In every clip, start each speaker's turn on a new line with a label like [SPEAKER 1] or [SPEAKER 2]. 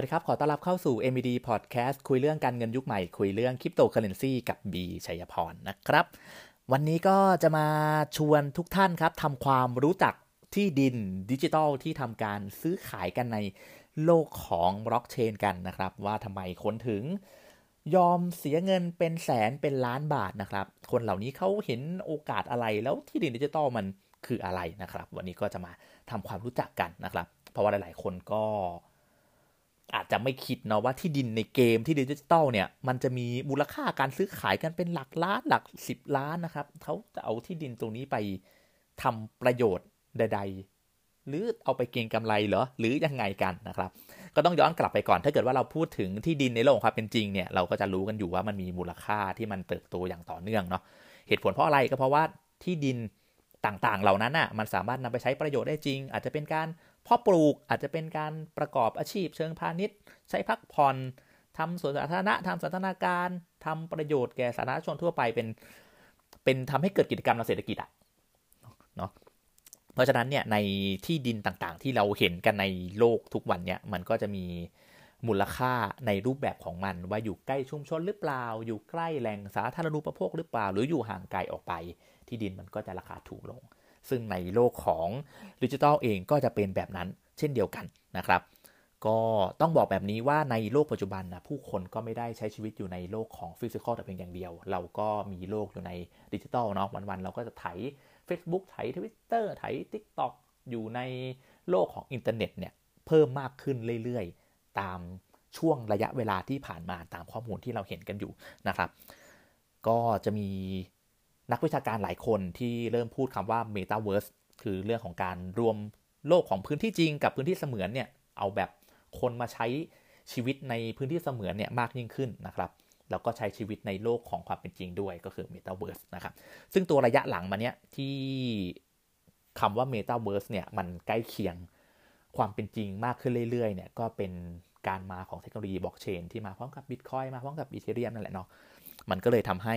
[SPEAKER 1] สวัสดีครับขอต้อนรับเข้าสู่ MED Podcast คุยเรื่องการเงินยุคใหม่คุยเรื่องคริปโตเคอเรนซีกับบีชัยพรนะครับวันนี้ก็จะมาชวนทุกท่านครับทำความรู้จักที่ดินดิจิทัลที่ทำการซื้อขายกันในโลกของบล็อกเชนกันนะครับว่าทำไมคนถึงยอมเสียเงินเป็นแสนเป็นล้านบาทนะครับคนเหล่านี้เขาเห็นโอกาสอะไรแล้วที่ดินดิจิทัลมันคืออะไรนะครับวันนี้ก็จะมาทำความรู้จักกันนะครับเพราะว่าหลายๆคนก็อาจจะไม่คิดเนาะว่าที่ดินในเกมที่ดิจิทัลเนี่ยมันจะมีมูลค่าการซื้อขายกันเป็นหลักล้านหลัก10 ล้านนะครับเขาจะเอาที่ดินตรงนี้ไปทำประโยชน์ใดๆหรือเอาไปเก็งกำไรเหรอหรือยังไงกันนะครับก็ต้องย้อนกลับไปก่อนถ้าเกิดว่าเราพูดถึงที่ดินในโลกของความเป็นจริงเนี่ยเราก็จะรู้กันอยู่ว่ามันมีมูลค่าที่มันเติบโตอย่างต่อเนื่องเนาะเหตุผลเพราะอะไรก็เพราะว่าที่ดินต่างๆเหล่านั้นอ่ะมันสามารถนำไปใช้ประโยชน์ได้จริงอาจจะเป็นการเพาะปลูกอาจจะเป็นการประกอบอาชีพเชิงพาณิชย์ใช้พักผ่อนทำสวนสาธารณะทำสันทนาการทำประโยชน์แก่สาธารณชนทั่วไปเป็นทำให้เกิดกิจกรรมทางเศรษฐกิจอ่ะเนาะเพราะฉะนั้นเนี่ยในที่ดินต่างๆที่เราเห็นกันในโลกทุกวันเนี่ยมันก็จะมีมูลค่าในรูปแบบของมันว่าอยู่ใกล้ชุมชนหรือเปล่าอยู่ใกล้แหล่งสาธารณูปโภคหรือเปล่าหรืออยู่ห่างไกลออกไปที่ดินมันก็จะราคาถูกลงซึ่งในโลกของดิจิทัลเองก็จะเป็นแบบนั้นเช่นเดียวกันนะครับก็ต้องบอกแบบนี้ว่าในโลกปัจจุบันนะผู้คนก็ไม่ได้ใช้ชีวิตอยู่ในโลกของฟิสิกอลแต่เพียงอย่างเดียวเราก็มีโลกอยู่ในดิจิทัลเนาะวันๆเราก็จะไถ Facebook ไถ Twitter ไถ TikTok อยู่ในโลกของอินเทอร์เน็ตเนี่ยเพิ่มมากขึ้นเรื่อยๆตามช่วงระยะเวลาที่ผ่านมาตามข้อมูลที่เราเห็นกันอยู่นะครับก็จะมีนักวิชาการหลายคนที่เริ่มพูดคำว่า Metaverse คือเรื่องของการรวมโลกของพื้นที่จริงกับพื้นที่เสมือนเนี่ยเอาแบบคนมาใช้ชีวิตในพื้นที่เสมือนเนี่ยมากยิ่งขึ้นนะครับแล้วก็ใช้ชีวิตในโลกของความเป็นจริงด้วยก็คือ Metaverse นะครับซึ่งตัวระยะหลังมาเนี้ยที่คำว่า Metaverse เนี่ยมันใกล้เคียงความเป็นจริงมากขึ้นเรื่อยๆเนี่ยก็เป็นการมาของเทคโนโลยีบล็อกเชนที่มาพร้อมกับ Bitcoin มาพร้อมกับ Ethereum นั่นแหละเนาะมันก็เลยทำให้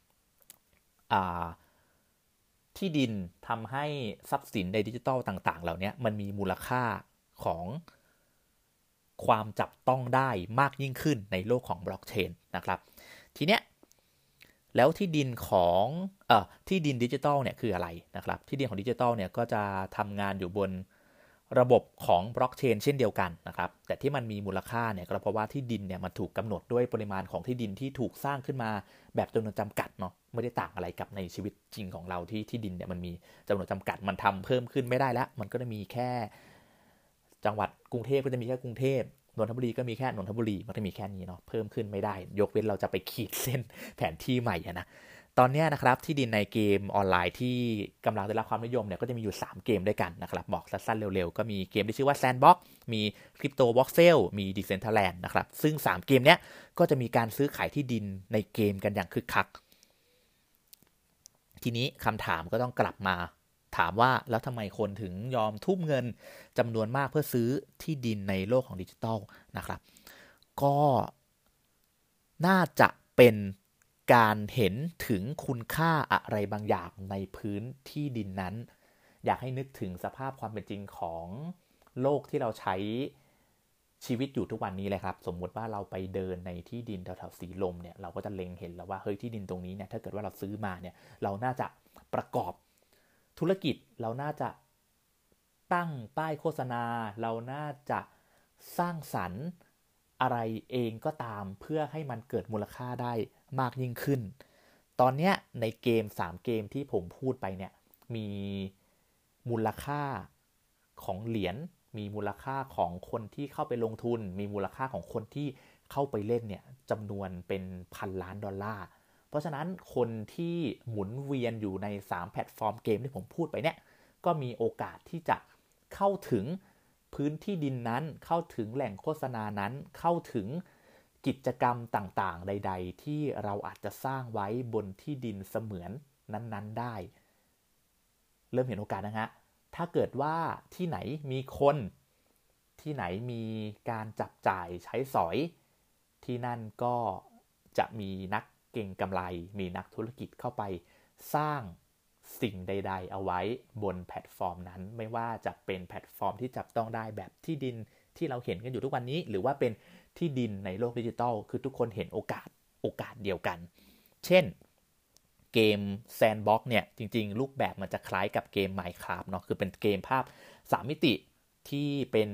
[SPEAKER 1] ที่ดินทำให้ทรัพย์สินในดิจิทัลต่างๆเหล่านี้มันมีมูลค่าของความจับต้องได้มากยิ่งขึ้นในโลกของบล็อกเชนนะครับทีเนี้ยแล้วที่ดินของที่ดินดิจิทัลเนี่ยคืออะไรนะครับที่ดินของดิจิทัลเนี่ยก็จะทำงานอยู่บนระบบของบล็อกเชนเช่นเดียวกันนะครับแต่ที่มันมีมูลค่าเนี่ยก็เพราะว่าที่ดินเนี่ยมันถูกกำหนดด้วยปริมาณของที่ดินที่ถูกสร้างขึ้นมาแบบจำนวนจำกัดเนาะไม่ได้ต่างอะไรกับในชีวิตจริงของเราที่ดินเนี่ยมันมีจำนวนจำกัดมันทำเพิ่มขึ้นไม่ได้แล้วมันก็จะมีแค่จังหวัดกรุงเทพก็จะมีแค่กรุงเทพนนทบุรีก็มีแค่นนทบุรีมันจะมีแค่นี้เนาะเพิ่มขึ้นไม่ได้ยกเว้นเราจะไปขีดเส้นแผนที่ใหม่นะตอนนี้นะครับที่ดินในเกมออนไลน์ที่กำลังได้รับความนิยมเนี่ยก็จะมีอยู่3เกมด้วยกันนะครับบอกสั้นๆเร็วๆก็มีเกมที่ชื่อว่า Sandbox มี Crypto Voxel มี Decentraland นะครับซึ่ง3เกมเนี้ยก็จะมีการซื้อขายที่ดินในเกมกันอย่างคึกคักทีนี้คำถามก็ต้องกลับมาถามว่าแล้วทำไมคนถึงยอมทุ่มเงินจำนวนมากเพื่อซื้อที่ดินในโลกของดิจิทัลนะครับก็น่าจะเป็นการเห็นถึงคุณค่าอะไรบางอย่างในพื้นที่ดินนั้นอยากให้นึกถึงสภาพความเป็นจริงของโลกที่เราใช้ชีวิตอยู่ทุกวันนี้เลยครับสมมุติว่าเราไปเดินในที่ดินแถวๆสีลมเนี่ยเราก็จะเล็งเห็นแล้วว่าเฮ้ยที่ดินตรงนี้เนี่ยถ้าเกิดว่าเราซื้อมาเนี่ยเราน่าจะประกอบธุรกิจเราน่าจะตั้งป้ายโฆษณาเราน่าจะสร้างสรรค์อะไรเองก็ตามเพื่อให้มันเกิดมูลค่าได้มากยิ่งขึ้นตอนนี้ในเกม3เกมที่ผมพูดไปเนี่ยมีมูลค่าของเหรียญมีมูลค่าของคนที่เข้าไปลงทุนมีมูลค่าของคนที่เข้าไปเล่นเนี่ยจำนวนเป็น$1,000,000,000เพราะฉะนั้นคนที่หมุนเวียนอยู่ใน3แพลตฟอร์มเกมที่ผมพูดไปเนี่ยก็มีโอกาสที่จะเข้าถึงพื้นที่ดินนั้นเข้าถึงแหล่งโฆษณานั้นเข้าถึงกิจกรรมต่างๆใดๆที่เราอาจจะสร้างไว้บนที่ดินเสมือนนั้นๆได้เริ่มเห็นโอกาสนะฮะถ้าเกิดว่าที่ไหนมีคนที่ไหนมีการจับจ่ายใช้สอยที่นั่นก็จะมีนักเก็งกำไรมีนักธุรกิจเข้าไปสร้างสิ่งใดๆเอาไว้บนแพลตฟอร์มนั้นไม่ว่าจะเป็นแพลตฟอร์มที่จับต้องได้แบบที่ดินที่เราเห็นกันอยู่ทุกวันนี้หรือว่าเป็นที่ดินในโลกดิจิทัลคือทุกคนเห็นโอกาสเดียวกันเช่นเกม Sandbox เนี่ยจริงๆรูปแบบมันจะคล้ายกับเกม Minecraft เนาะคือเป็นเกมภาพ3มิติที่เป็น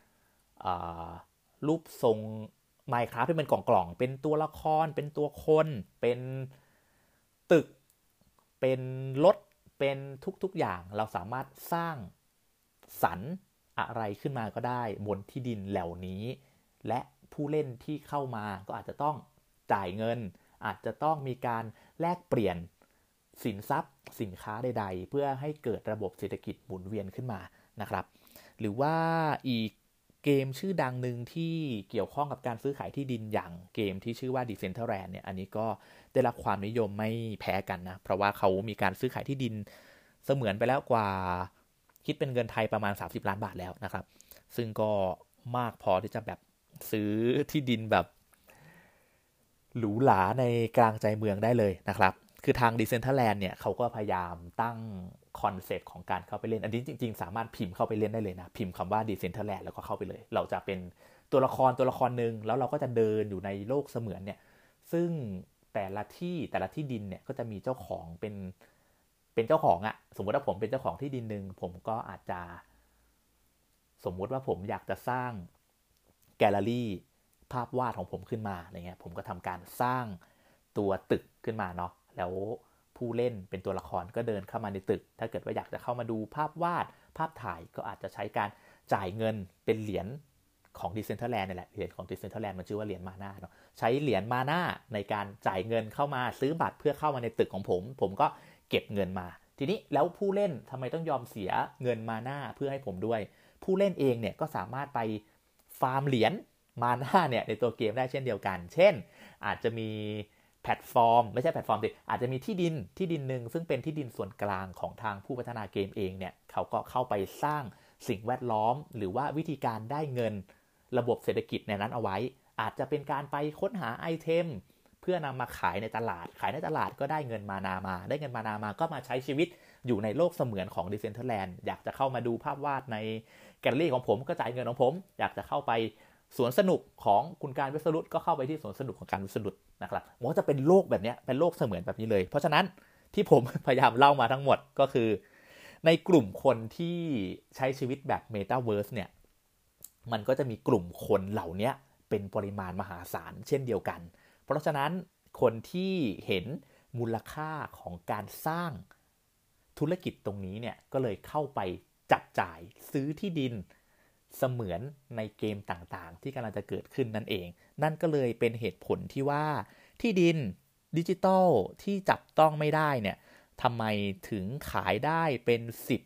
[SPEAKER 1] รูปทรง Minecraft ที่เป็นกล่องๆเป็นตัวละครเป็นตัวคนเป็นตึกเป็นรถเป็นทุกๆอย่างเราสามารถสร้างสรรค์อะไรขึ้นมาก็ได้บนที่ดินเหล่านี้และผู้เล่นที่เข้ามาก็อาจจะต้องจ่ายเงินอาจจะต้องมีการแลกเปลี่ยนสินทรัพย์สินค้าใดๆเพื่อให้เกิดระบบเศรษฐกิจหมุนเวียนขึ้นมานะครับหรือว่าอีกเกมชื่อดังหนึ่งที่เกี่ยวข้องกับการซื้อขายที่ดินอย่างเกมที่ชื่อว่า Decentraland เนี่ยอันนี้ก็ได้รับความนิยมไม่แพ้กันนะเพราะว่าเขามีการซื้อขายที่ดินเสมือนไปแล้วกว่าคิดเป็นเงินไทยประมาณ30ล้านบาทแล้วนะครับซึ่งก็มากพอที่จะแบบซื้อที่ดินแบบหรูหราในกลางใจเมืองได้เลยนะครับคือทาง Decentraland เนี่ยเขาก็พยายามตั้งคอนเซปต์ของการเข้าไปเล่นอันนี้จริงๆสามารถพิมพ์เข้าไปเล่นได้เลยนะพิมพ์คำว่า Decentraland แล้วก็เข้าไปเลยเราจะเป็นตัวละครนึงแล้วเราก็จะเดินอยู่ในโลกเสมือนเนี่ยซึ่งแต่ละที่ดินเนี่ยก็จะมีเจ้าของเป็นเจ้าของอะสมมติว่าผมเป็นเจ้าของที่ดินนึงผมก็อาจจะสมมุติว่าผมอยากจะสร้างแกลเลอรี่ภาพวาดของผมขึ้นมาอะไรเงี้ยผมก็ทำการสร้างตัวตึกขึ้นมาเนาะแล้วผู้เล่นเป็นตัวละครก็เดินเข้ามาในตึกถ้าเกิดว่าอยากจะเข้ามาดูภาพวาดภาพถ่ายก็อาจจะใช้การจ่ายเงินเป็นเหรียญของ Decentraland นี่แหละเหรียญของ Decentraland มันชื่อว่าเหรียญมาน่าเนาะใช้เหรียญมาน่าในการจ่ายเงินเข้ามาซื้อบัตรเพื่อเข้ามาในตึกของผมก็เก็บเงินมาทีนี้แล้วผู้เล่นทำไมต้องยอมเสียเงินมาน่าเพื่อให้ผมด้วยผู้เล่นเองเนี่ยก็สามารถไปฟาร์มเหรียญมาน่าเนี่ยในตัวเกมได้เช่นเดียวกันเช่นอาจจะมีแพลตฟอร์มไม่ใช่แพลตฟอร์มสิอาจจะมีที่ดินนึงซึ่งเป็นที่ดินส่วนกลางของทางผู้พัฒนาเกมเองเนี่ยเขาก็เข้าไปสร้างสิ่งแวดล้อมหรือว่าวิธีการได้เงินระบบเศรษฐกิจในนั้นเอาไว้อาจจะเป็นการไปค้นหาไอเทมเพื่อนำมาขายในตลาดก็ได้เงินมานามาก็มาใช้ชีวิตอยู่ในโลกเสมือนของ Decentraland อยากจะเข้ามาดูภาพวาดในแกลเลอรี่ของผมก็จ่ายเงินของผมอยากจะเข้าไปสวนสนุกของคุณการวิศรุตก็เข้าไปที่สวนสนุกของการวิศรุตนะครับมันก็จะเป็นโลกแบบนี้เป็นโลกเสมือนแบบนี้เลยเพราะฉะนั้นที่ผมพยายามเล่ามาทั้งหมดก็คือในกลุ่มคนที่ใช้ชีวิตแบบ Metaverse เนี่ยมันก็จะมีกลุ่มคนเหล่านี้เป็นปริมาณมหาศาลเช่นเดียวกันเพราะฉะนั้นคนที่เห็นมูลค่าของการสร้างธุรกิจตรงนี้เนี่ยก็เลยเข้าไปจับจ่ายซื้อที่ดินเสมือนในเกมต่างๆที่กำลังจะเกิดขึ้นนั่นเองนั่นก็เลยเป็นเหตุผลที่ว่าที่ดินดิจิตอลที่จับต้องไม่ได้เนี่ยทำไมถึงขายได้เป็น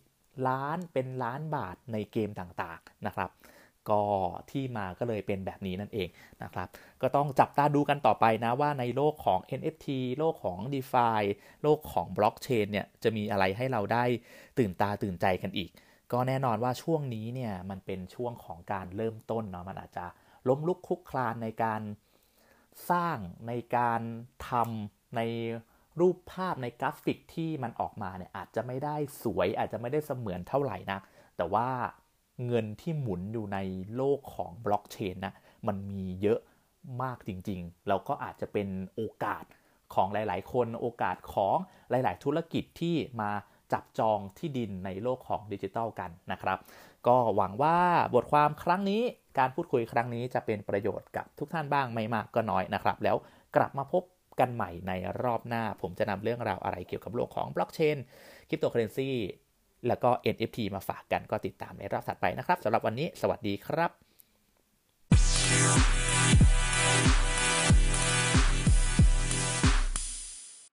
[SPEAKER 1] 10ล้านเป็นล้านบาทในเกมต่างๆนะครับก็ที่มาก็เลยเป็นแบบนี้นั่นเองนะครับก็ต้องจับตาดูกันต่อไปนะว่าในโลกของ NFT โลกของ DeFi โลกของ Blockchain เนี่ยจะมีอะไรให้เราได้ตื่นตาตื่นใจกันอีกก็แน่นอนว่าช่วงนี้เนี่ยมันเป็นช่วงของการเริ่มต้นเนาะมันอาจจะล้มลุกคลุกคลานในการสร้างในการทำในรูปภาพในกราฟิกที่มันออกมาเนี่ยอาจจะไม่ได้สวยอาจจะไม่ได้เสมือนเท่าไหร่นะแต่ว่าเงินที่หมุนอยู่ในโลกของบล็อกเชนนะมันมีเยอะมากจริงๆแล้วก็อาจจะเป็นโอกาสของหลายๆคนโอกาสของหลายๆธุรกิจที่มาจับจองที่ดินในโลกของดิจิทัลกันนะครับก็หวังว่าบทความครั้งนี้การพูดคุยครั้งนี้จะเป็นประโยชน์กับทุกท่านบ้างไม่มากก็น้อยนะครับแล้วกลับมาพบกันใหม่ในรอบหน้าผมจะนำเรื่องราวอะไรเกี่ยวกับโลกของบล็อกเชนคริปโตเคอเรนซีแล้วก็ NFT มาฝากกันก็ติดตามในรอบถัดไปนะครับสำหรับวันนี้สวัสดีครับ